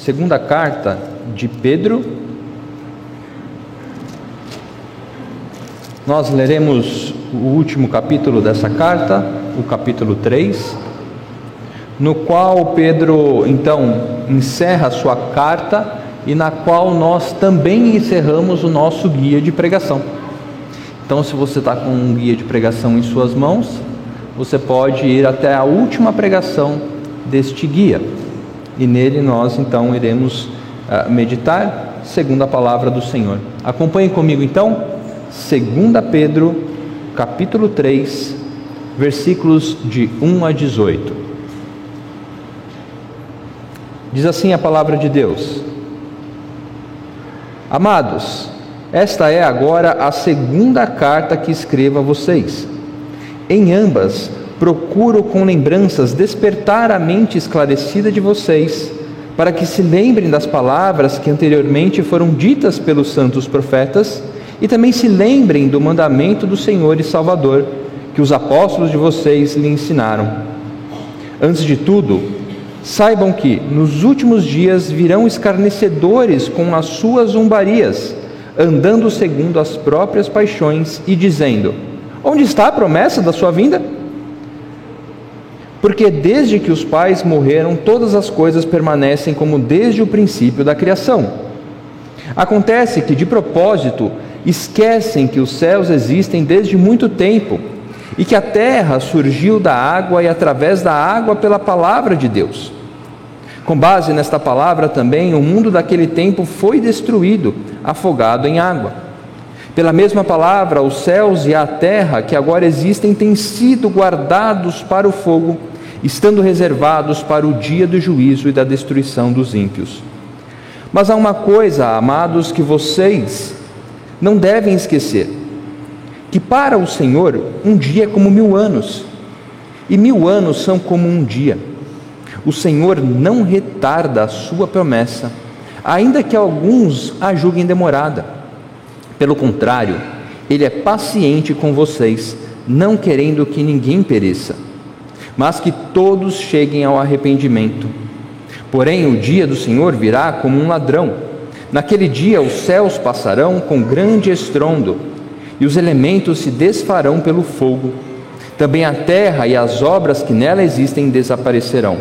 Segunda carta de Pedro. Nós leremos o último capítulo dessa carta, o capítulo 3, no qual Pedro, então, encerra a sua carta e na qual nós também encerramos o nosso guia de pregação. Então, se você está com um guia de pregação em suas mãos, você pode ir até a última pregação deste guia. E nele nós, então, iremos meditar segundo a palavra do Senhor. Acompanhe comigo, então, 2 Pedro, capítulo 3, versículos de 1 a 18. Diz assim a palavra de Deus: Amados, esta é agora a segunda carta que escrevo a vocês. Em ambas, procuro com lembranças despertar a mente esclarecida de vocês, para que se lembrem das palavras que anteriormente foram ditas pelos santos profetas, e também se lembrem do mandamento do Senhor e Salvador, que os apóstolos de vocês lhe ensinaram. Antes de tudo, saibam que nos últimos dias virão escarnecedores com as suas zombarias, andando segundo as próprias paixões e dizendo: onde está a promessa da sua vinda? Porque desde que os pais morreram, todas as coisas permanecem como desde o princípio da criação. Acontece que, de propósito, esquecem que os céus existem desde muito tempo e que a terra surgiu da água e através da água pela palavra de Deus. Com base nesta palavra também, o mundo daquele tempo foi destruído, afogado em água. Pela mesma palavra, os céus e a terra que agora existem têm sido guardados para o fogo, estando reservados para o dia do juízo e da destruição dos ímpios. Mas há uma coisa, amados, que vocês não devem esquecer: que para o Senhor um dia é como 1000 anos, e 1000 anos são como um dia. O Senhor não retarda a sua promessa, ainda que alguns a julguem demorada. Pelo contrário, Ele é paciente com vocês, não querendo que ninguém pereça, mas que todos cheguem ao arrependimento. Porém, o dia do Senhor virá como um ladrão. Naquele dia os céus passarão com grande estrondo, e os elementos se desfarão pelo fogo. Também a terra e as obras que nela existem desaparecerão.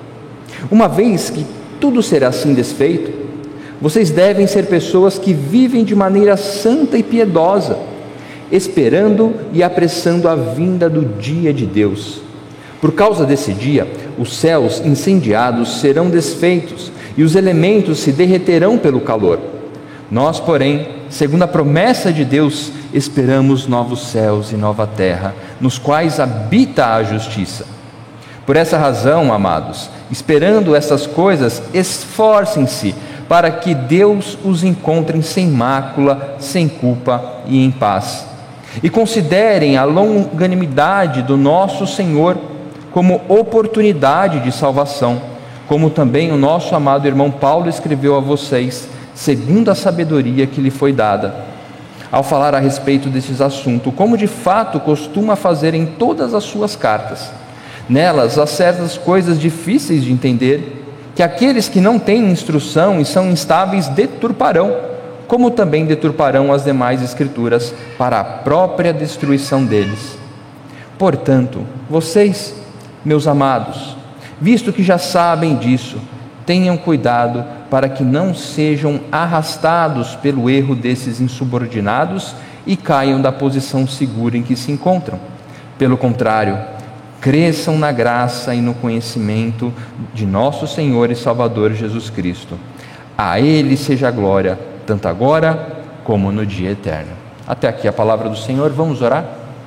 Uma vez que tudo será assim desfeito, vocês devem ser pessoas que vivem de maneira santa e piedosa, esperando e apressando a vinda do dia de Deus. Por causa desse dia, os céus incendiados serão desfeitos e os elementos se derreterão pelo calor. Nós, porém, segundo a promessa de Deus, esperamos novos céus e nova terra, nos quais habita a justiça. Por essa razão, amados, esperando essas coisas, esforcem-se para que Deus os encontre sem mácula, sem culpa e em paz. E considerem a longanimidade do nosso Senhor como oportunidade de salvação, como também o nosso amado irmão Paulo escreveu a vocês, segundo a sabedoria que lhe foi dada. Ao falar a respeito desses assuntos, como de fato costuma fazer em todas as suas cartas. Nelas há certas coisas difíceis de entender, que aqueles que não têm instrução e são instáveis deturparão, como também deturparão as demais escrituras para a própria destruição deles. Portanto, vocês, meus amados, visto que já sabem disso, tenham cuidado para que não sejam arrastados pelo erro desses insubordinados e caiam da posição segura em que se encontram. Pelo contrário, cresçam na graça e no conhecimento de nosso Senhor e Salvador Jesus Cristo. A Ele seja a glória, tanto agora como no dia eterno. Até aqui a palavra do Senhor. Vamos orar?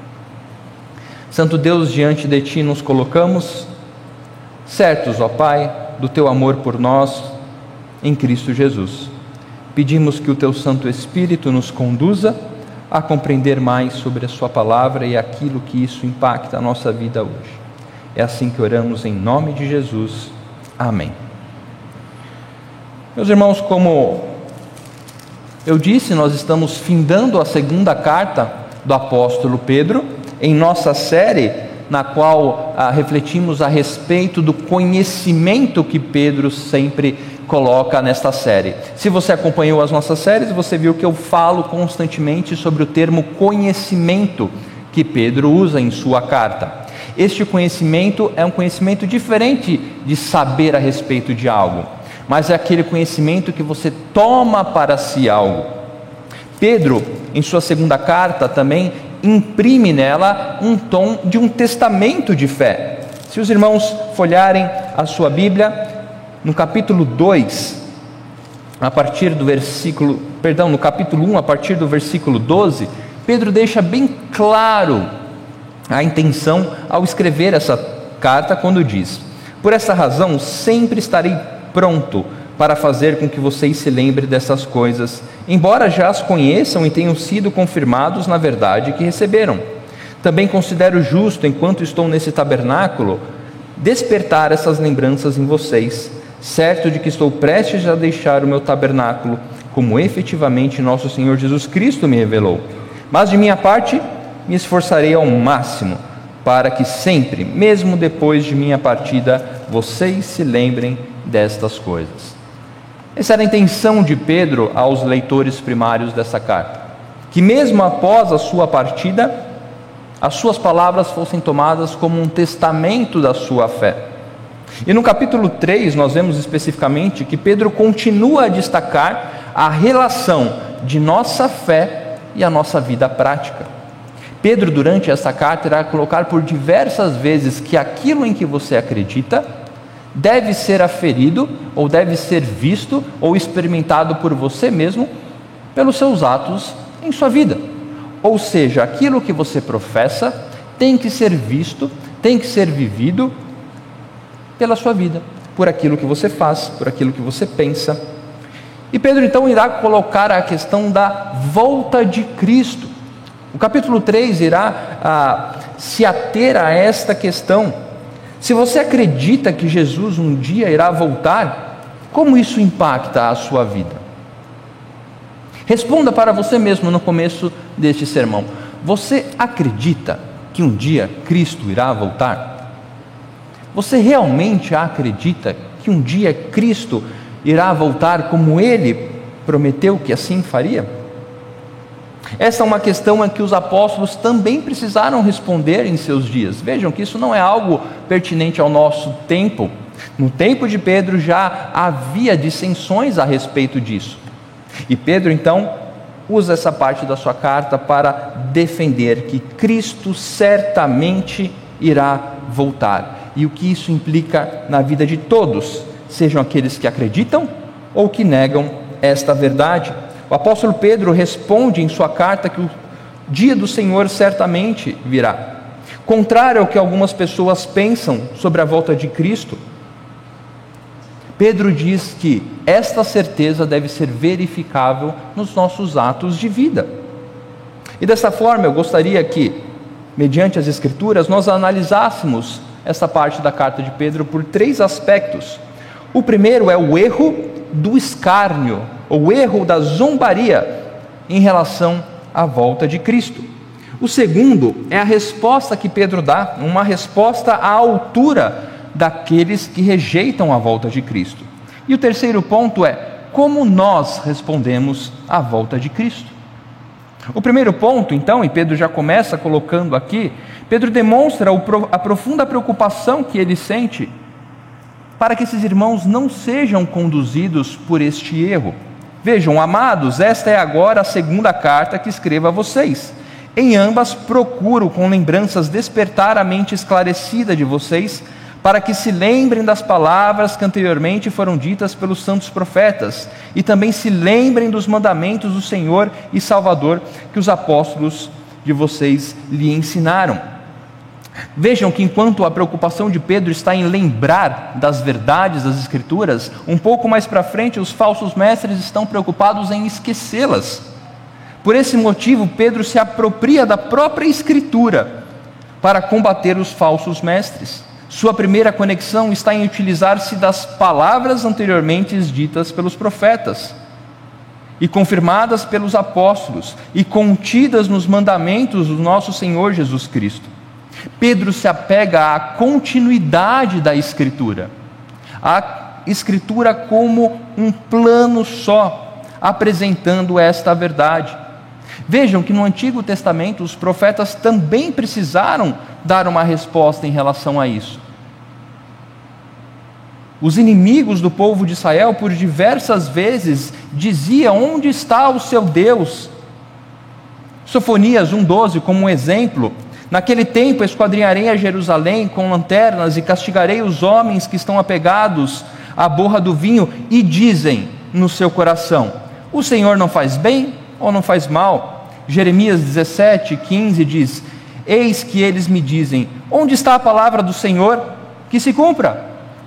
Santo Deus, diante de Ti nos colocamos, certos, ó Pai, do Teu amor por nós em Cristo Jesus. Pedimos que o Teu Santo Espírito nos conduza a compreender mais sobre a Sua palavra e aquilo que isso impacta a nossa vida hoje. É assim que oramos em nome de Jesus. Amém. Meus irmãos, como eu disse, nós estamos findando a segunda carta do apóstolo Pedro, em nossa série, na qual refletimos a respeito do conhecimento que Pedro sempre coloca nesta série. Se você acompanhou as nossas séries, você viu que eu falo constantemente sobre o termo conhecimento que Pedro usa em sua carta. Este conhecimento é um conhecimento diferente de saber a respeito de algo, mas é aquele conhecimento que você toma para si algo. Pedro, em sua segunda carta, também imprime nela um tom de um testamento de fé. Se os irmãos folharem a sua Bíblia, no capítulo 2, no capítulo 1, a partir do versículo 12, Pedro deixa bem claro a intenção ao escrever essa carta, quando diz: por essa razão sempre estarei pronto para fazer com que vocês se lembrem dessas coisas, embora já as conheçam e tenham sido confirmados na verdade que receberam. Também considero justo, enquanto estou nesse tabernáculo, despertar essas lembranças em vocês, certo de que estou prestes a deixar o meu tabernáculo, como efetivamente nosso Senhor Jesus Cristo me revelou. Mas de minha parte, me esforçarei ao máximo, para que sempre, mesmo depois de minha partida, vocês se lembrem destas coisas. Essa era a intenção de Pedro aos leitores primários dessa carta, que mesmo após a sua partida, as suas palavras fossem tomadas como um testamento da sua fé. E no capítulo 3 nós vemos especificamente que Pedro continua a destacar a relação de nossa fé e a nossa vida prática. Pedro, durante essa carta, irá colocar por diversas vezes que aquilo em que você acredita deve ser aferido, ou deve ser visto, ou experimentado por você mesmo, pelos seus atos em sua vida. Ou seja, aquilo que você professa tem que ser visto, tem que ser vivido pela sua vida, por aquilo que você faz, por aquilo que você pensa. E Pedro então irá colocar a questão da volta de Cristo. O capítulo 3 irá se ater a esta questão. Se você acredita que Jesus um dia irá voltar, como isso impacta a sua vida? Responda para você mesmo no começo deste sermão: você acredita que um dia Cristo irá voltar? Você realmente acredita que um dia Cristo irá voltar como Ele prometeu que assim faria? Essa é uma questão a que os apóstolos também precisaram responder em seus dias. Vejam que isso não é algo pertinente ao nosso tempo. No tempo de Pedro já havia dissensões a respeito disso. E Pedro então usa essa parte da sua carta para defender que Cristo certamente irá voltar. E o que isso implica na vida de todos, sejam aqueles que acreditam ou que negam esta verdade. O apóstolo Pedro responde em sua carta que o dia do Senhor certamente virá. Contrário ao que algumas pessoas pensam sobre a volta de Cristo, Pedro diz que esta certeza deve ser verificável nos nossos atos de vida. E dessa forma eu gostaria que, mediante as Escrituras, nós analisássemos essa parte da carta de Pedro por 3 aspectos. O primeiro é o erro do escárnio, o erro da zombaria em relação à volta de Cristo. O segundo é a resposta que Pedro dá, uma resposta à altura daqueles que rejeitam a volta de Cristo. E o terceiro ponto é como nós respondemos à volta de Cristo. O primeiro ponto, então, e Pedro já começa colocando aqui, Pedro demonstra a profunda preocupação que ele sente para que esses irmãos não sejam conduzidos por este erro. Vejam, amados, esta é agora a segunda carta que escrevo a vocês. Em ambas procuro, com lembranças, despertar a mente esclarecida de vocês, para que se lembrem das palavras que anteriormente foram ditas pelos santos profetas, e também se lembrem dos mandamentos do Senhor e Salvador que os apóstolos de vocês lhe ensinaram. Vejam que enquanto a preocupação de Pedro está em lembrar das verdades das Escrituras, um pouco mais para frente os falsos mestres estão preocupados em esquecê-las. Por esse motivo, Pedro se apropria da própria Escritura para combater os falsos mestres. Sua primeira conexão está em utilizar-se das palavras anteriormente ditas pelos profetas e confirmadas pelos apóstolos e contidas nos mandamentos do nosso Senhor Jesus Cristo. Pedro se apega à continuidade da Escritura, à Escritura como um plano só, apresentando esta verdade. Vejam que no Antigo Testamento os profetas também precisaram dar uma resposta em relação a isso. Os inimigos do povo de Israel por diversas vezes diziam: onde está o seu Deus? Sofonias 1,12 como um exemplo: naquele tempo esquadrinharei a Jerusalém com lanternas e castigarei os homens que estão apegados à borra do vinho e dizem no seu coração: o Senhor não faz bem ou não faz mal? Jeremias 17,15 diz: eis que eles me dizem: onde está a palavra do Senhor? Que se cumpra.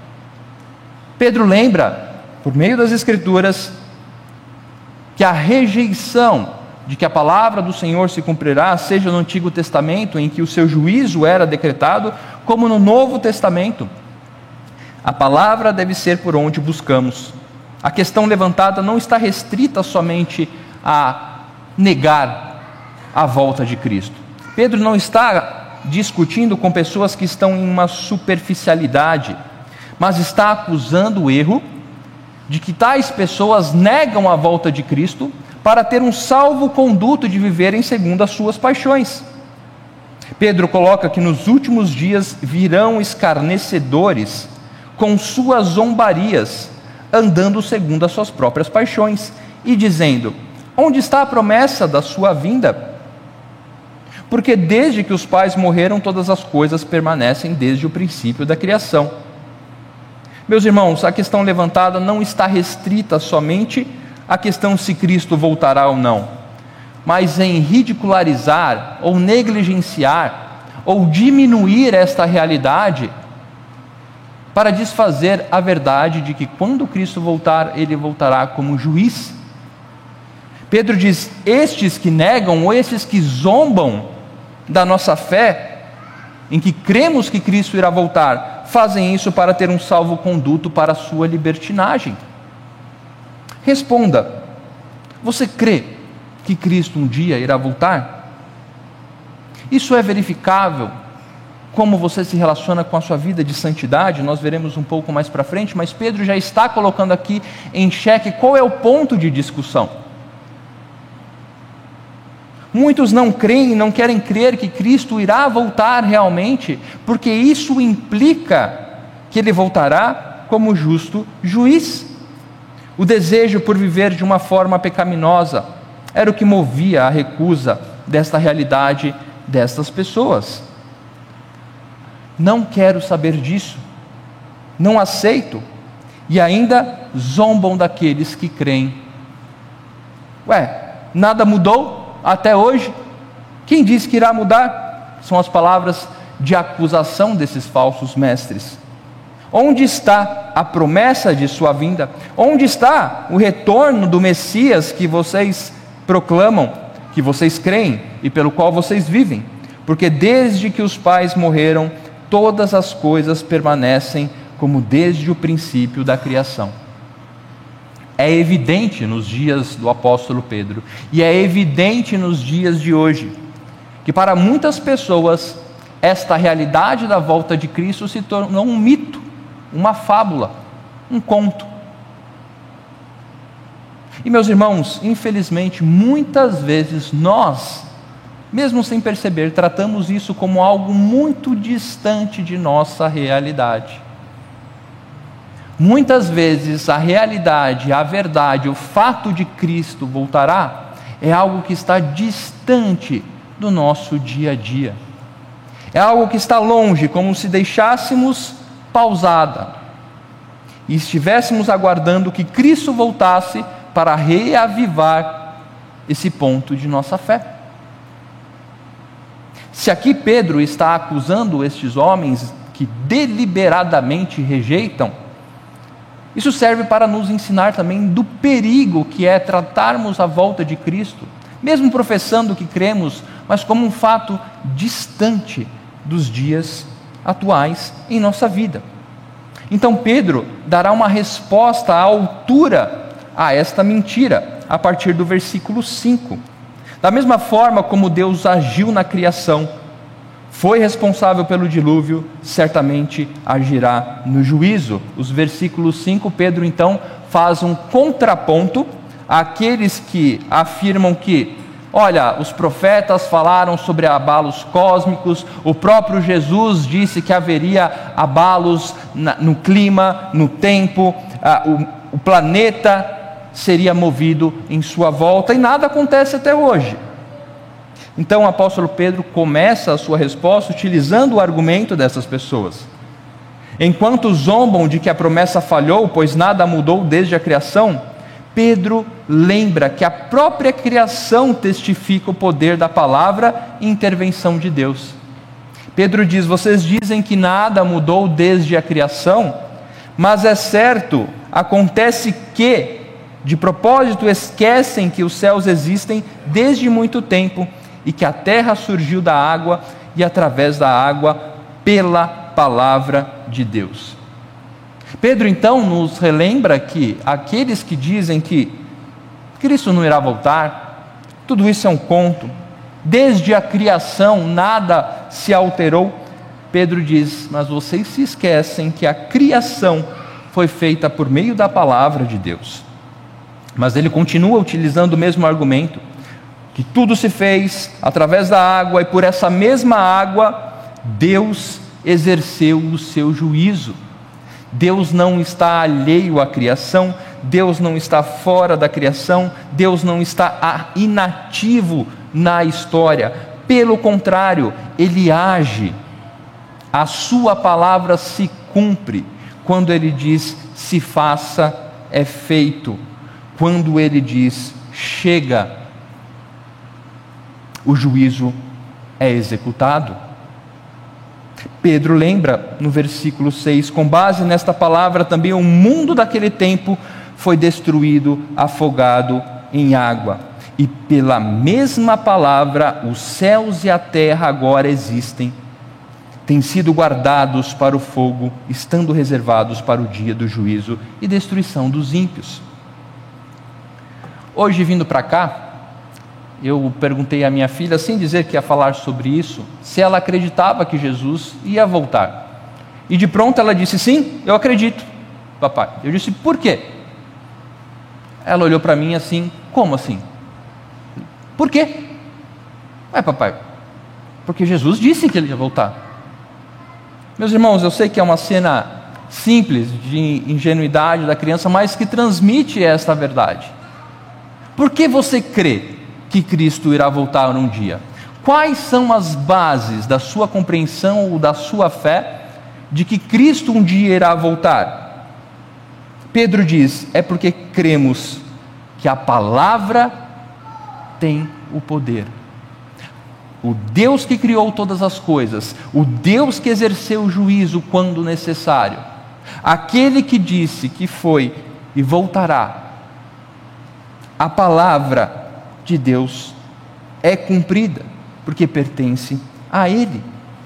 Pedro lembra, por meio das Escrituras, que a rejeição de que a palavra do Senhor se cumprirá, seja no Antigo Testamento, em que o seu juízo era decretado, como no Novo Testamento. A palavra deve ser por onde buscamos. A questão levantada não está restrita somente a negar a volta de Cristo. Pedro não está discutindo com pessoas que estão em uma superficialidade, mas está acusando o erro de que tais pessoas negam a volta de Cristo para ter um salvo-conduto de viverem segundo as suas paixões. Pedro coloca que nos últimos dias virão escarnecedores com suas zombarias, andando segundo as suas próprias paixões, e dizendo: onde está a promessa da sua vinda? Porque desde que os pais morreram, todas as coisas permanecem desde o princípio da criação. Meus irmãos, a questão levantada não está restrita somente à questão se Cristo voltará ou não, mas em ridicularizar ou negligenciar ou diminuir esta realidade para desfazer a verdade de que quando Cristo voltar, Ele voltará como juiz. Pedro diz: estes que negam ou estes que zombam da nossa fé, em que cremos que Cristo irá voltar, fazem isso para ter um salvo-conduto para a sua libertinagem. Responda: você crê que Cristo um dia irá voltar? Isso é verificável? Como você se relaciona com a sua vida de santidade? Nós veremos um pouco mais para frente, mas Pedro já está colocando aqui em xeque qual é o ponto de discussão. Muitos não creem, não querem crer que Cristo irá voltar realmente, porque isso implica que Ele voltará como justo juiz. O desejo por viver de uma forma pecaminosa era o que movia a recusa desta realidade destas pessoas. Não quero saber disso, não aceito, e ainda zombam daqueles que creem. Nada mudou até hoje? Quem disse que irá mudar? São as palavras de acusação desses falsos mestres. Onde está a promessa de sua vinda? Onde está o retorno do Messias que vocês proclamam, que vocês creem e pelo qual vocês vivem? Porque desde que os pais morreram, todas as coisas permanecem como desde o princípio da criação. É evidente nos dias do apóstolo Pedro, e é evidente nos dias de hoje, que para muitas pessoas, esta realidade da volta de Cristo se tornou um mito, uma fábula, um conto. E meus irmãos, infelizmente, muitas vezes nós, mesmo sem perceber, tratamos isso como algo muito distante de nossa realidade. Muitas vezes a realidade, a verdade, o fato de Cristo voltará é algo que está distante do nosso dia a dia. É algo que está longe, como se deixássemos pausada e estivéssemos aguardando que Cristo voltasse para reavivar esse ponto de nossa fé. Se aqui Pedro está acusando estes homens que deliberadamente rejeitam, isso serve para nos ensinar também do perigo que é tratarmos a volta de Cristo, mesmo professando que cremos, mas como um fato distante dos dias atuais em nossa vida. Então Pedro dará uma resposta à altura a esta mentira, a partir do versículo 5. Da mesma forma como Deus agiu na criação, foi responsável pelo dilúvio, certamente agirá no juízo. Os versículos 5, Pedro então faz um contraponto àqueles que afirmam que, olha, os profetas falaram sobre abalos cósmicos, o próprio Jesus disse que haveria abalos no clima, no tempo, o planeta seria movido em sua volta, e nada acontece até hoje. Então o apóstolo Pedro começa a sua resposta utilizando o argumento dessas pessoas. Enquanto zombam de que a promessa falhou, pois nada mudou desde a criação, Pedro lembra que a própria criação testifica o poder da palavra e intervenção de Deus. Pedro diz: vocês dizem que nada mudou desde a criação, mas é certo, acontece que, de propósito, esquecem que os céus existem desde muito tempo e que a terra surgiu da água e através da água pela palavra de Deus. Pedro então nos relembra que aqueles que dizem que Cristo não irá voltar, tudo isso é um conto, desde a criação nada se alterou. Pedro diz: mas vocês se esquecem que a criação foi feita por meio da palavra de Deus. Mas ele continua utilizando o mesmo argumento, que tudo se fez através da água, e por essa mesma água Deus exerceu o seu juízo. Deus não está alheio à criação, Deus não está fora da criação, Deus não está inativo na história. Pelo contrário, Ele age. A sua palavra se cumpre. Quando Ele diz se faça, é feito. Quando Ele diz chega, o juízo é executado. Pedro lembra no versículo 6, com base nesta palavra também o mundo daquele tempo foi destruído, afogado em água, e pela mesma palavra os céus e a terra agora existem, têm sido guardados para o fogo, estando reservados para o dia do juízo e destruição dos ímpios. Hoje, vindo para cá, eu perguntei à minha filha, sem dizer que ia falar sobre isso, se ela acreditava que Jesus ia voltar. E de pronto ela disse: sim, eu acredito, papai. Eu disse: por quê? Ela olhou para mim assim: como assim? Por quê? Papai, porque Jesus disse que ele ia voltar. Meus irmãos, eu sei que é uma cena simples de ingenuidade da criança, mas que transmite esta verdade. Por que você crê que Cristo irá voltar um dia? Quais são as bases da sua compreensão ou da sua fé de que Cristo um dia irá voltar? Pedro diz: é porque cremos que a palavra tem o poder. O Deus que criou todas as coisas, o Deus que exerceu o juízo quando necessário, aquele que disse que foi e voltará, a palavra de Deus é cumprida, porque pertence a Ele.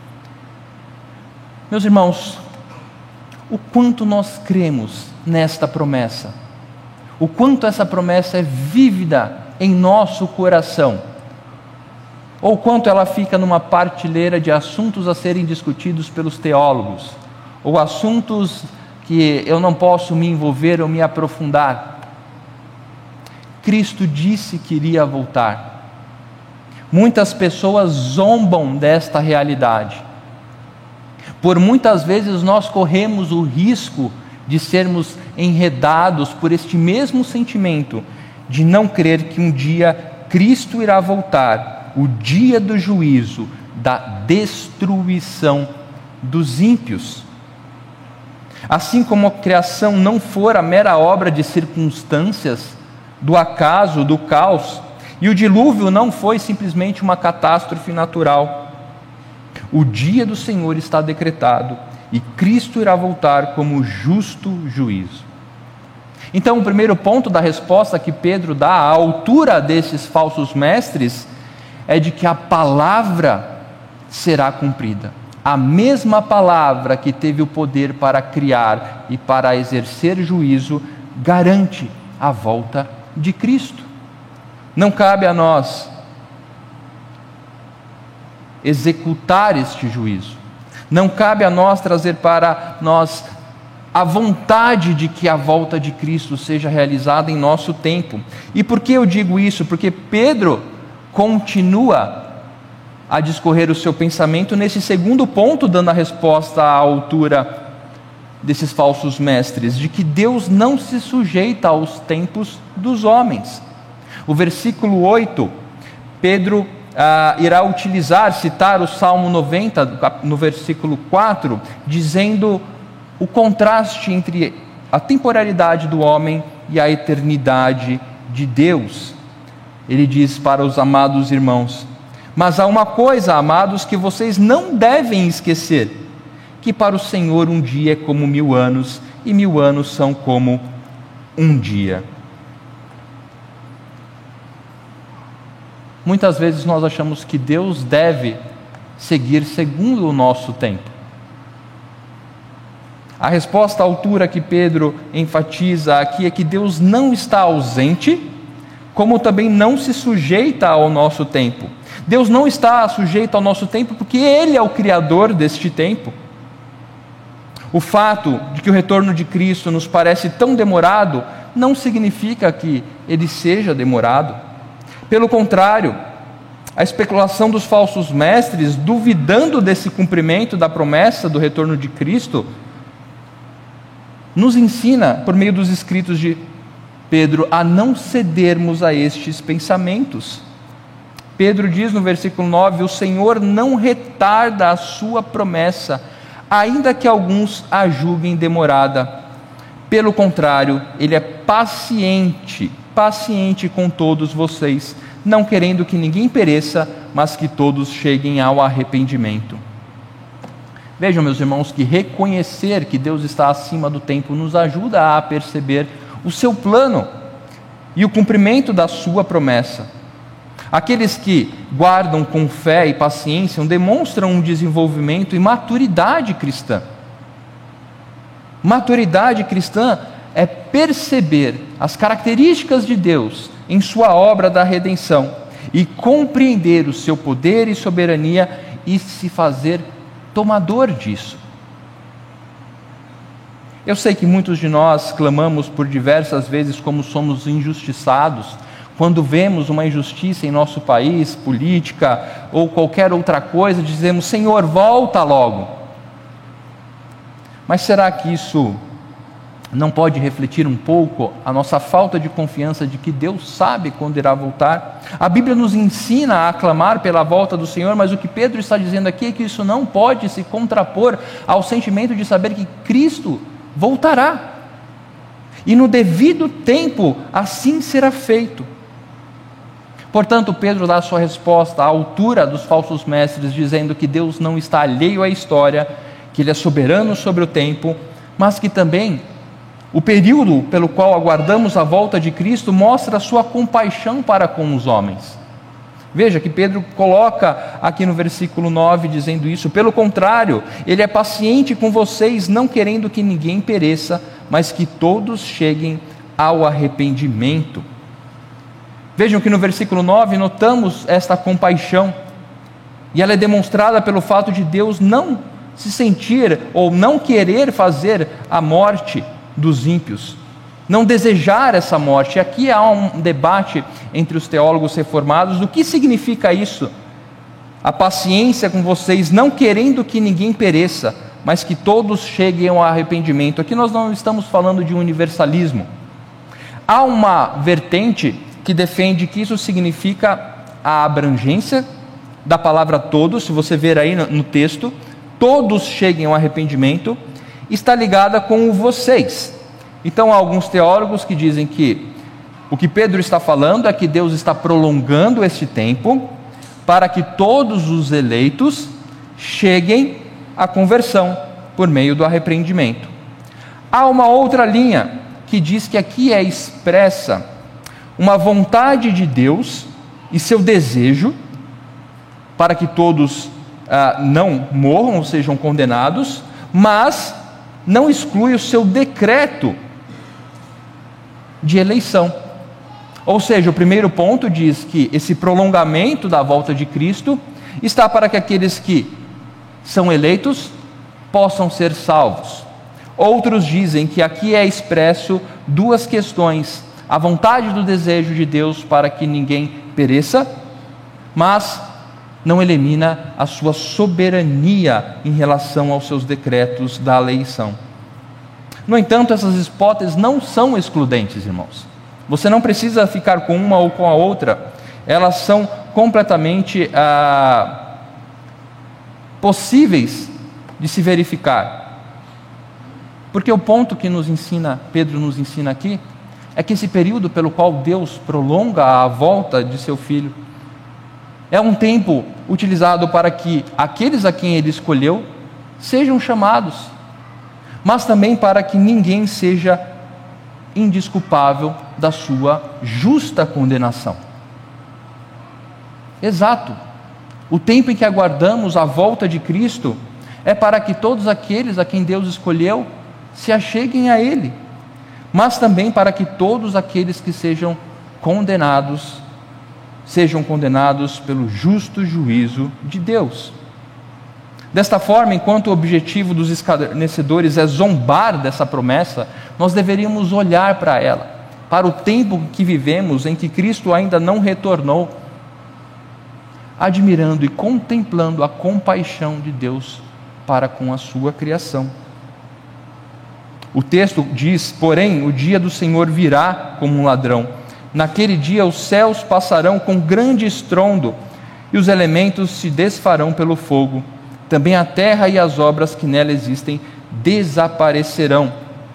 Meus irmãos, o quanto nós cremos nesta promessa, o quanto essa promessa é vívida em nosso coração, ou quanto ela fica numa prateleira de assuntos a serem discutidos pelos teólogos, ou assuntos que eu não posso me envolver ou me aprofundar. Cristo disse que iria voltar. Muitas pessoas zombam desta realidade. Por muitas vezes nós corremos o risco de sermos enredados por este mesmo sentimento, de não crer que um dia Cristo irá voltar, o dia do juízo, da destruição dos ímpios. Assim como a criação não for a mera obra de circunstâncias, do acaso, do caos, e o dilúvio não foi simplesmente uma catástrofe natural. O dia do Senhor está decretado e Cristo irá voltar como justo juízo. Então, o primeiro ponto da resposta que Pedro dá à altura desses falsos mestres é de que a palavra será cumprida. A mesma palavra que teve o poder para criar e para exercer juízo garante a volta de Cristo. Não cabe a nós executar este juízo. Não cabe a nós trazer para nós a vontade de que a volta de Cristo seja realizada em nosso tempo. E por que eu digo isso? Porque Pedro continua a discorrer o seu pensamento nesse segundo ponto, dando a resposta à altura desses falsos mestres, de que Deus não se sujeita aos tempos dos homens. O versículo 8, Pedro irá citar o Salmo 90, no versículo 4, dizendo o contraste entre a temporalidade do homem e a eternidade de Deus. Ele diz para os amados irmãos: mas há uma coisa, amados, que vocês não devem esquecer, que para o Senhor um dia é como 1000 anos, e 1000 anos são como um dia. Muitas vezes nós achamos que Deus deve seguir segundo o nosso tempo. A resposta à altura que Pedro enfatiza aqui é que Deus não está ausente, como também não se sujeita ao nosso tempo. Deus não está sujeito ao nosso tempo porque Ele é o Criador deste tempo. O fato de que o retorno de Cristo nos parece tão demorado não significa que Ele seja demorado. Pelo contrário, a especulação dos falsos mestres, duvidando desse cumprimento da promessa do retorno de Cristo, nos ensina, por meio dos escritos de Pedro, a não cedermos a estes pensamentos. Pedro diz no versículo 9: o Senhor não retarda a sua promessa, ainda que alguns a julguem demorada. Pelo contrário, Ele é paciente com todos vocês, não querendo que ninguém pereça, mas que todos cheguem ao arrependimento. Vejam, meus irmãos, que reconhecer que Deus está acima do tempo nos ajuda a perceber o seu plano e o cumprimento da sua promessa. Aqueles que guardam com fé e paciência demonstram um desenvolvimento e maturidade cristã. Maturidade cristã é perceber as características de Deus em sua obra da redenção e compreender o seu poder e soberania e se fazer tomador disso. Eu sei que muitos de nós clamamos por diversas vezes como somos injustiçados, quando vemos uma injustiça em nosso país, política ou qualquer outra coisa, dizemos: Senhor, volta logo. Mas será que isso não pode refletir um pouco a nossa falta de confiança de que Deus sabe quando irá voltar? A Bíblia nos ensina a clamar pela volta do Senhor, mas o que Pedro está dizendo aqui é que isso não pode se contrapor ao sentimento de saber que Cristo voltará, e no devido tempo assim será feito. Portanto, Pedro dá a sua resposta à altura dos falsos mestres, dizendo que Deus não está alheio à história, que Ele é soberano sobre o tempo, mas que também o período pelo qual aguardamos a volta de Cristo mostra a sua compaixão para com os homens. Veja que Pedro coloca aqui no versículo 9 dizendo isso: pelo contrário, Ele é paciente com vocês, não querendo que ninguém pereça, mas que todos cheguem ao arrependimento. Vejam que no versículo 9 notamos esta compaixão, e ela é demonstrada pelo fato de Deus não se sentir ou não querer fazer a morte dos ímpios, não desejar essa morte. E aqui há um debate entre os teólogos reformados do que significa isso, a paciência com vocês, não querendo que ninguém pereça, mas que todos cheguem ao arrependimento. Aqui nós não estamos falando de universalismo. Há uma vertente que defende que isso significa a abrangência da palavra todos. Se você ver aí no texto, todos cheguem ao arrependimento, está ligada com o vocês. Então há alguns teólogos que dizem que o que Pedro está falando é que Deus está prolongando este tempo para que todos os eleitos cheguem à conversão por meio do arrependimento. Há uma outra linha que diz que aqui é expressa uma vontade de Deus e seu desejo para que todos não morram ou sejam condenados, mas não exclui o seu decreto de eleição. Ou seja, o primeiro ponto diz que esse prolongamento da volta de Cristo está para que aqueles que são eleitos possam ser salvos. Outros dizem que aqui é expresso duas questões: a vontade do desejo de Deus para que ninguém pereça, mas não elimina a sua soberania em relação aos seus decretos da eleição. No entanto, essas hipóteses não são excludentes, irmãos. Você não precisa ficar com uma ou com a outra. Elas são completamente possíveis de se verificar. Porque o ponto que Pedro nos ensina aqui, é que esse período pelo qual Deus prolonga a volta de seu Filho, é um tempo utilizado para que aqueles a quem Ele escolheu sejam chamados, mas também para que ninguém seja indesculpável da sua justa condenação. Exato. O tempo em que aguardamos a volta de Cristo é para que todos aqueles a quem Deus escolheu se acheguem a Ele, mas também para que todos aqueles que sejam condenados pelo justo juízo de Deus. Desta forma, enquanto o objetivo dos escarnecedores é zombar dessa promessa, nós deveríamos olhar para ela, para o tempo que vivemos em que Cristo ainda não retornou, admirando e contemplando a compaixão de Deus para com a sua criação. O texto diz: porém, o dia do Senhor virá como um ladrão. Naquele dia os céus passarão com grande estrondo, e os elementos se desfarão pelo fogo. Também a terra e as obras que nela existem desaparecerão.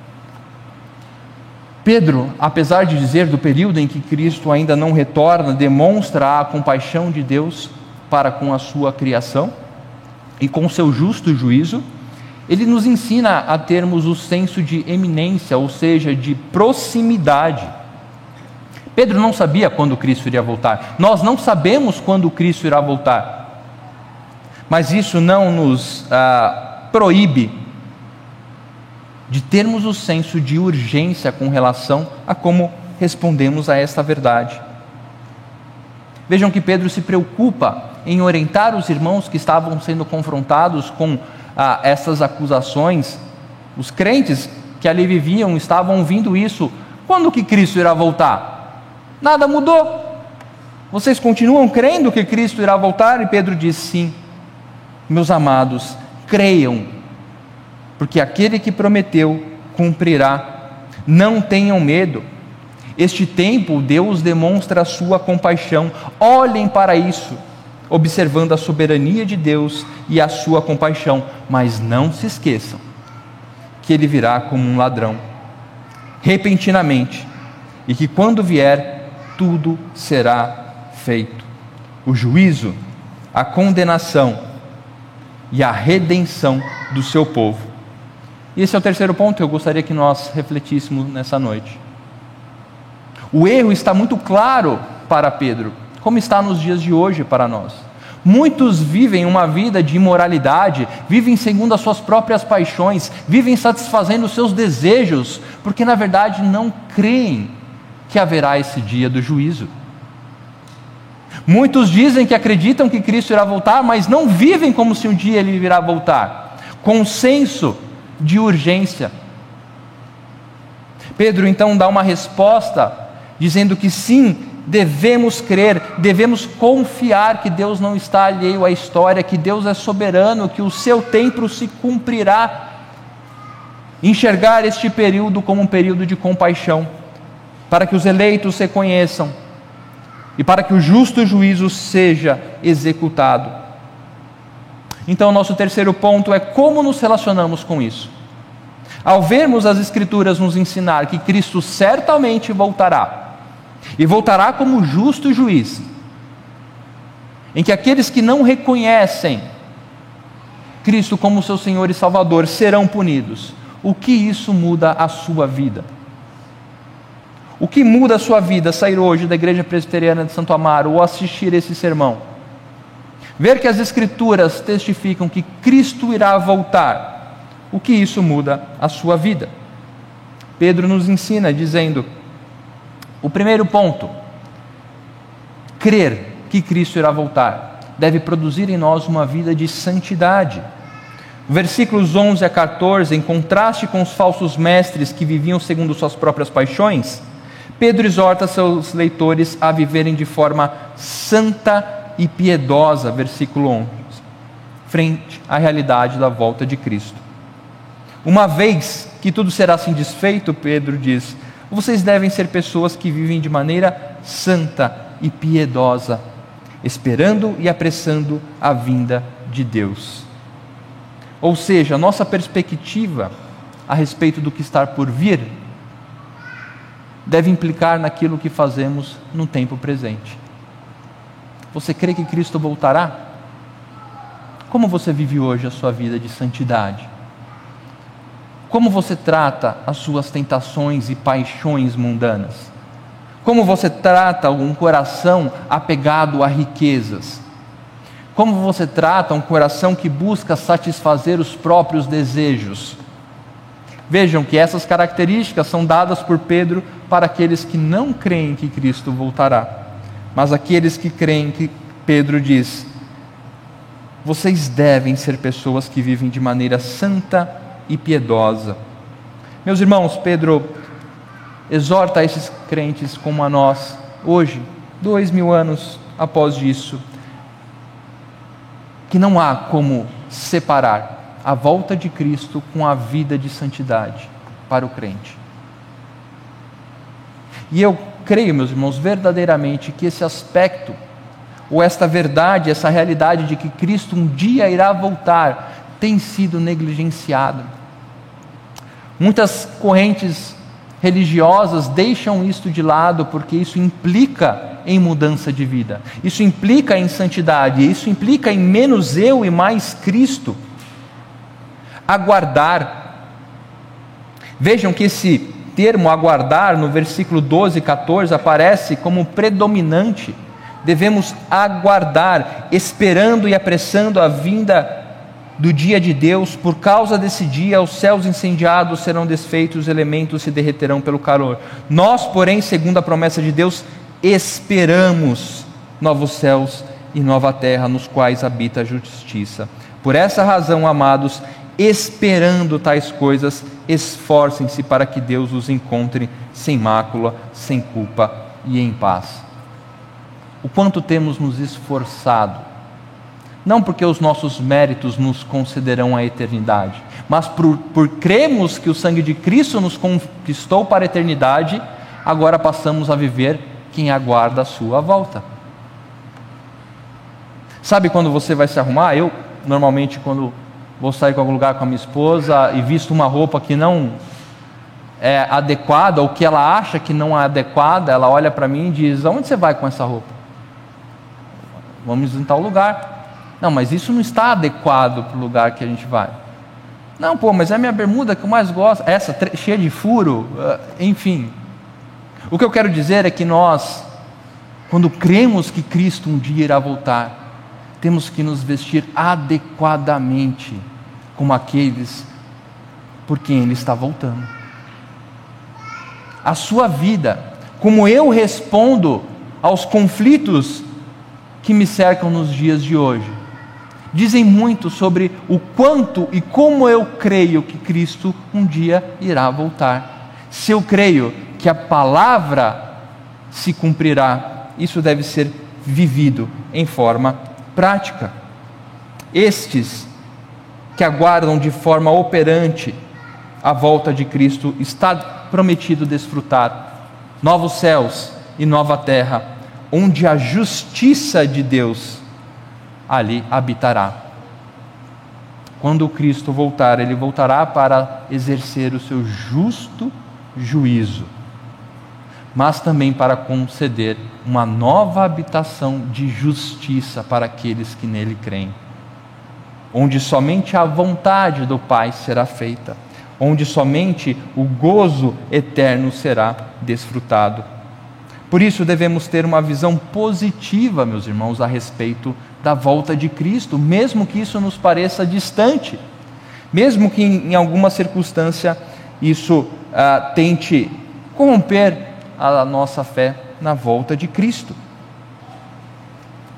Pedro, apesar de dizer do período em que Cristo ainda não retorna, demonstra a compaixão de Deus para com a sua criação e com seu justo juízo. Ele nos ensina a termos o senso de eminência, ou seja, de proximidade. Pedro não sabia quando Cristo iria voltar. Nós não sabemos quando Cristo irá voltar. Mas isso não nos proíbe de termos o senso de urgência com relação a como respondemos a esta verdade. Vejam que Pedro se preocupa em orientar os irmãos que estavam sendo confrontados com essas acusações. Os crentes que ali viviam estavam ouvindo isso. Quando que Cristo irá voltar? Nada mudou. Vocês continuam crendo que Cristo irá voltar? E Pedro diz: sim, meus amados, creiam, porque aquele que prometeu cumprirá. Não tenham medo. Este tempo Deus demonstra a sua compaixão. Olhem para isso, observando a soberania de Deus e a sua compaixão, mas não se esqueçam que Ele virá como um ladrão, repentinamente, e que quando vier, tudo será feito. O juízo, a condenação e a redenção do seu povo. E esse é o terceiro ponto que eu gostaria que nós refletíssemos nessa noite. O erro está muito claro para Pedro, como está nos dias de hoje para nós. Muitos vivem uma vida de imoralidade, vivem segundo as suas próprias paixões, vivem satisfazendo os seus desejos, porque na verdade não creem que haverá esse dia do juízo. Muitos dizem que acreditam que Cristo irá voltar, mas não vivem como se um dia Ele irá voltar, com um senso de urgência. Pedro então dá uma resposta, dizendo que sim, devemos crer, devemos confiar que Deus não está alheio à história, que Deus é soberano, que o seu tempo se cumprirá. Enxergar este período como um período de compaixão, para que os eleitos se conheçam e para que o justo juízo seja executado. Então, nosso terceiro ponto é como nos relacionamos com isso. Ao vermos as Escrituras nos ensinar que Cristo certamente voltará, e voltará como justo juiz, em que aqueles que não reconhecem Cristo como seu Senhor e Salvador serão punidos, o que isso muda a sua vida? O que muda a sua vida sair hoje da Igreja Presbiteriana de Santo Amaro ou assistir esse sermão? Ver que as Escrituras testificam que Cristo irá voltar. O que isso muda a sua vida? Pedro nos ensina dizendo: o primeiro ponto, crer que Cristo irá voltar. deve produzir em nós uma vida de santidade. Versículos 11 a 14, em contraste com os falsos mestres que viviam segundo suas próprias paixões, Pedro exorta seus leitores a viverem de forma santa e piedosa, versículo 11, frente à realidade da volta de Cristo. Uma vez que tudo será assim desfeito, Pedro diz, vocês devem ser pessoas que vivem de maneira santa e piedosa, esperando e apressando a vinda de Deus. Ou seja, a nossa perspectiva a respeito do que está por vir deve implicar naquilo que fazemos no tempo presente. Você crê que Cristo voltará? Como você vive hoje a sua vida de santidade? Como você trata as suas tentações e paixões mundanas? Como você trata um coração apegado a riquezas? Como você trata um coração que busca satisfazer os próprios desejos? Vejam que essas características são dadas por Pedro para aqueles que não creem que Cristo voltará. Mas aqueles que creem, que Pedro diz, vocês devem ser pessoas que vivem de maneira santa e piedosa. Meus irmãos, Pedro exorta esses crentes como a nós, hoje, 2000 anos após isso, que não há como separar a volta de Cristo com a vida de santidade para o crente. E eu creio, meus irmãos, verdadeiramente que esse aspecto, ou esta verdade, essa realidade de que Cristo um dia irá voltar, tem sido negligenciado. Muitas correntes religiosas deixam isto de lado porque isso implica em mudança de vida, isso implica em santidade, isso implica em menos eu e mais Cristo. Aguardar. Vejam que esse termo aguardar no versículo 12 e 14 aparece como predominante. Devemos aguardar, esperando e apressando a vinda do dia de Deus. Por causa desse dia, os céus incendiados serão desfeitos, os elementos se derreterão pelo calor. Nós, porém, segundo a promessa de Deus, esperamos novos céus e nova terra, nos quais habita a justiça. Por essa razão, amados, esperando tais coisas, esforcem-se para que Deus os encontre sem mácula, sem culpa e em paz. O quanto temos nos esforçado, não porque os nossos méritos nos concederão a eternidade, mas por cremos que o sangue de Cristo nos conquistou para a eternidade, agora passamos a viver quem aguarda a sua volta. Sabe quando você vai se arrumar? Eu, normalmente, quando vou sair com algum lugar com a minha esposa e visto uma roupa que não é adequada, ou que ela acha que não é adequada, ela olha para mim e diz, aonde você vai com essa roupa? Vamos em tal lugar. Não, mas isso não está adequado para o lugar que a gente vai. Não, mas é a minha bermuda que eu mais gosto, essa cheia de furo, enfim. O que eu quero dizer é que nós, quando cremos que Cristo um dia irá voltar, temos que nos vestir adequadamente como aqueles por quem Ele está voltando. A sua vida, como eu respondo aos conflitos que me cercam nos dias de hoje, dizem muito sobre o quanto e como eu creio que Cristo um dia irá voltar. Se eu creio que a palavra se cumprirá, isso deve ser vivido em forma prática. Estes que aguardam de forma operante a volta de Cristo, está prometido desfrutar novos céus e nova terra, onde a justiça de Deus ali habitará. Quando Cristo voltar, Ele voltará para exercer o seu justo juízo, mas também para conceder uma nova habitação de justiça para aqueles que nele creem, onde somente a vontade do Pai será feita, onde somente o gozo eterno será desfrutado. Por isso devemos ter uma visão positiva, meus irmãos, a respeito da volta de Cristo, mesmo que isso nos pareça distante, mesmo que em alguma circunstância isso tente corromper a nossa fé na volta de Cristo.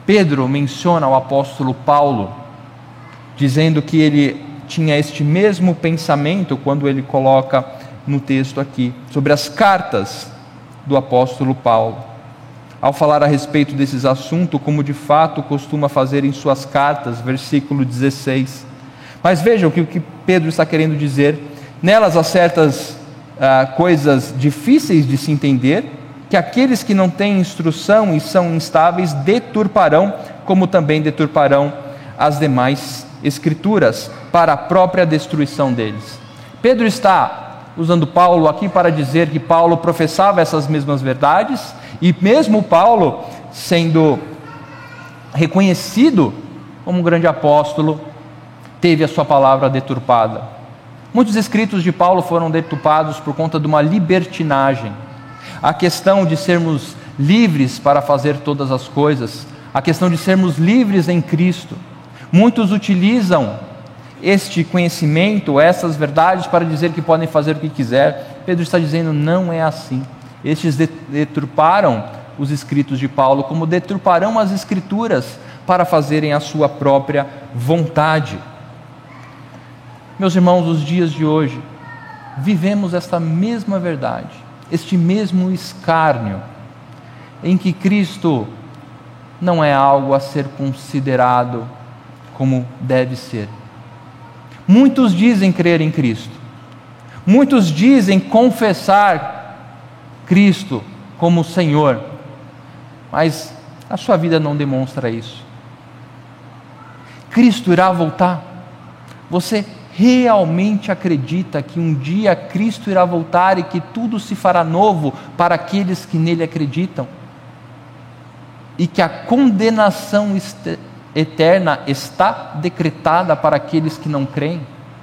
Pedro menciona o apóstolo Paulo, dizendo que ele tinha este mesmo pensamento quando ele coloca no texto aqui, sobre as cartas do apóstolo Paulo, ao falar a respeito desses assuntos, como de fato costuma fazer em suas cartas, versículo 16. Mas vejam que o que Pedro está querendo dizer: nelas há certas coisas difíceis de se entender, que aqueles que não têm instrução e são instáveis deturparão, como também deturparão as demais escrituras, para a própria destruição deles. Pedro está usando Paulo aqui para dizer que Paulo professava essas mesmas verdades, e mesmo Paulo, sendo reconhecido como um grande apóstolo, teve a sua palavra deturpada. Muitos escritos de Paulo foram deturpados por conta de uma libertinagem. A questão de sermos livres para fazer todas as coisas, a questão de sermos livres em Cristo. Muitos utilizam este conhecimento, essas verdades, para dizer que podem fazer o que quiser. Pedro está dizendo: não é assim. Estes deturparam os escritos de Paulo, como deturparão as escrituras para fazerem a sua própria vontade. Meus irmãos, nos dias de hoje, vivemos esta mesma verdade, este mesmo escárnio, em que Cristo não é algo a ser considerado como deve ser. Muitos dizem crer em Cristo, muitos dizem confessar Cristo como Senhor, mas a sua vida não demonstra isso. Cristo irá voltar. Você realmente acredita que um dia Cristo irá voltar e que tudo se fará novo para aqueles que nele acreditam? E que a condenação eterna está decretada para aqueles que não creem?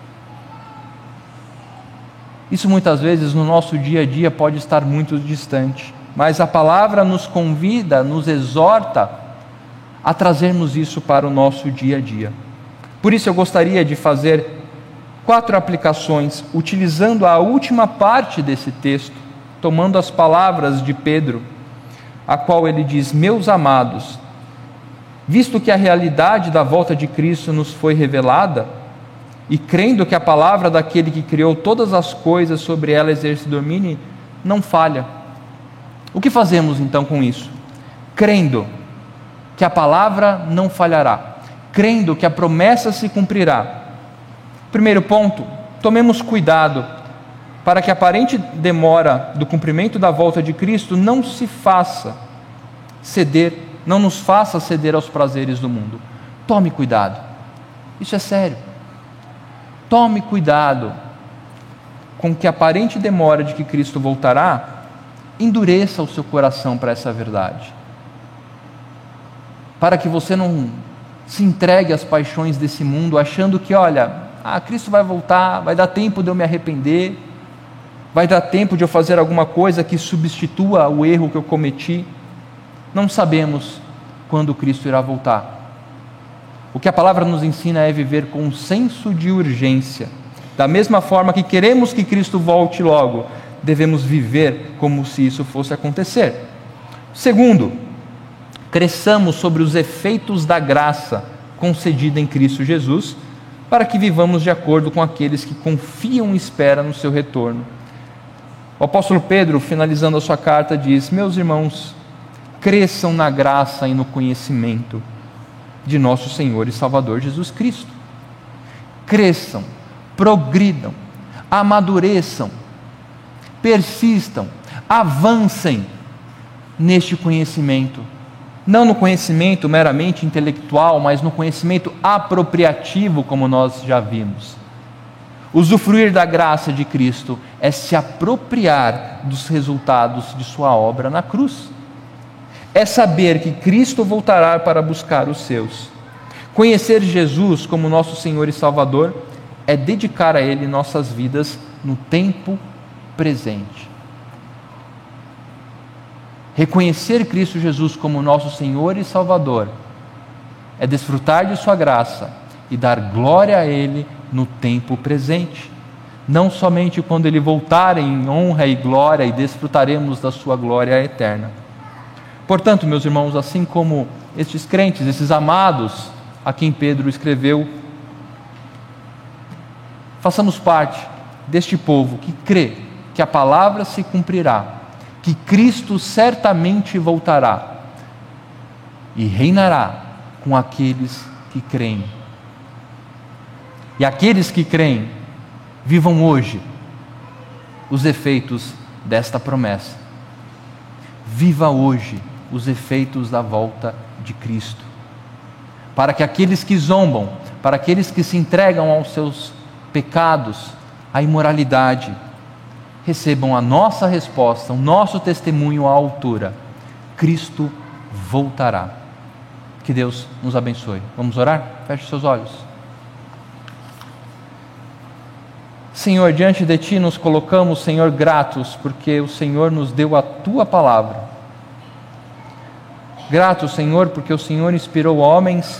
Isso muitas vezes no nosso dia a dia pode estar muito distante, mas a palavra nos convida, nos exorta a trazermos isso para o nosso dia a dia. Por isso eu gostaria de fazer 4 aplicações, utilizando a última parte desse texto, tomando as palavras de Pedro, a qual ele diz: meus amados, visto que a realidade da volta de Cristo nos foi revelada, e crendo que a palavra daquele que criou todas as coisas, sobre ela exerce domínio, não falha. O que fazemos então com isso? Crendo que a palavra não falhará, crendo que a promessa se cumprirá. Primeiro ponto, tomemos cuidado para que a aparente demora do cumprimento da volta de Cristo não nos faça ceder aos prazeres do mundo. Tome cuidado, isso é sério. Tome cuidado com que a aparente demora de que Cristo voltará endureça o seu coração para essa verdade, para que você não se entregue às paixões desse mundo, achando que, Cristo vai voltar, vai dar tempo de eu me arrepender, vai dar tempo de eu fazer alguma coisa que substitua o erro que eu cometi. Não sabemos quando Cristo irá voltar. O que a palavra nos ensina é viver com um senso de urgência. Da mesma forma que queremos que Cristo volte logo, devemos viver como se isso fosse acontecer. Segundo, cresçamos sobre os efeitos da graça concedida em Cristo Jesus, para que vivamos de acordo com aqueles que confiam e esperam no seu retorno. O apóstolo Pedro, finalizando a sua carta, diz: meus irmãos, cresçam na graça e no conhecimento de nosso Senhor e Salvador Jesus Cristo. Cresçam, progridam, amadureçam, persistam, avancem neste conhecimento. Não no conhecimento meramente intelectual, mas no conhecimento apropriativo, como nós já vimos. Usufruir da graça de Cristo é se apropriar dos resultados de sua obra na cruz. É saber que Cristo voltará para buscar os seus. Conhecer Jesus como nosso Senhor e Salvador é dedicar a Ele nossas vidas no tempo presente. Reconhecer Cristo Jesus como nosso Senhor e Salvador é desfrutar de sua graça e dar glória a Ele no tempo presente, não somente quando Ele voltar em honra e glória e desfrutaremos da sua glória eterna. Portanto, meus irmãos, assim como estes crentes, esses amados a quem Pedro escreveu. Façamos parte deste povo que crê que a palavra se cumprirá, que Cristo certamente voltará e reinará com aqueles que creem. E aqueles que creem, vivam hoje os efeitos desta promessa. Viva hoje os efeitos da volta de Cristo, para que aqueles que zombam, para aqueles que se entregam aos seus pecados, à imoralidade, recebam a nossa resposta, o nosso testemunho à altura: Cristo voltará. Que Deus nos abençoe. Vamos orar? Feche seus olhos. Senhor, diante de Ti nos colocamos, Senhor, gratos, porque o Senhor nos deu a Tua palavra. Gratos, Senhor, porque o Senhor inspirou homens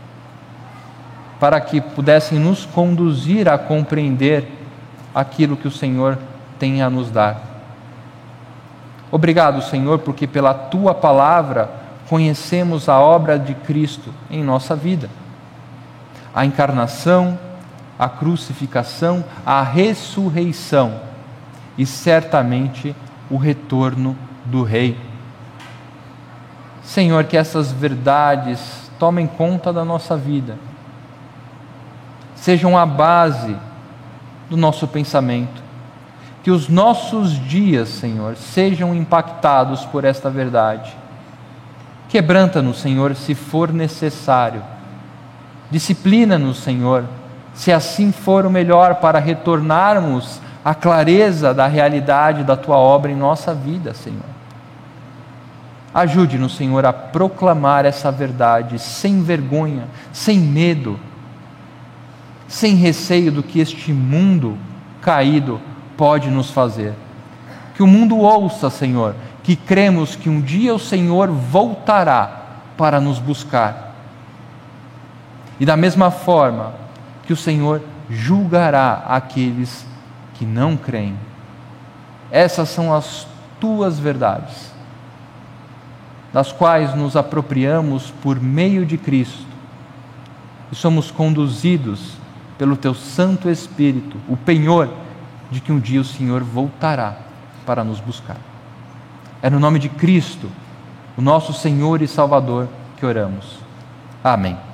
para que pudessem nos conduzir a compreender aquilo que o Senhor tem a nos dar. Obrigado, Senhor, porque pela Tua palavra conhecemos a obra de Cristo em nossa vida. A encarnação, a crucificação, a ressurreição e certamente o retorno do Rei. Senhor, que essas verdades tomem conta da nossa vida, sejam a base do nosso pensamento, que os nossos dias, Senhor, sejam impactados por esta verdade. Quebranta-nos, Senhor, se for necessário. Disciplina-nos, Senhor, se assim for o melhor, para retornarmos à clareza da realidade da Tua obra em nossa vida, Senhor. Ajude-nos, Senhor, a proclamar essa verdade sem vergonha, sem medo, sem receio do que este mundo caído pode nos fazer. Que o mundo ouça, Senhor, que cremos que um dia o Senhor voltará para nos buscar. E da mesma forma que o Senhor julgará aqueles que não creem. Essas são as Tuas verdades, das quais nos apropriamos por meio de Cristo e somos conduzidos pelo Teu Santo Espírito, o penhor de que um dia o Senhor voltará para nos buscar. É no nome de Cristo, o nosso Senhor e Salvador, que oramos. Amém.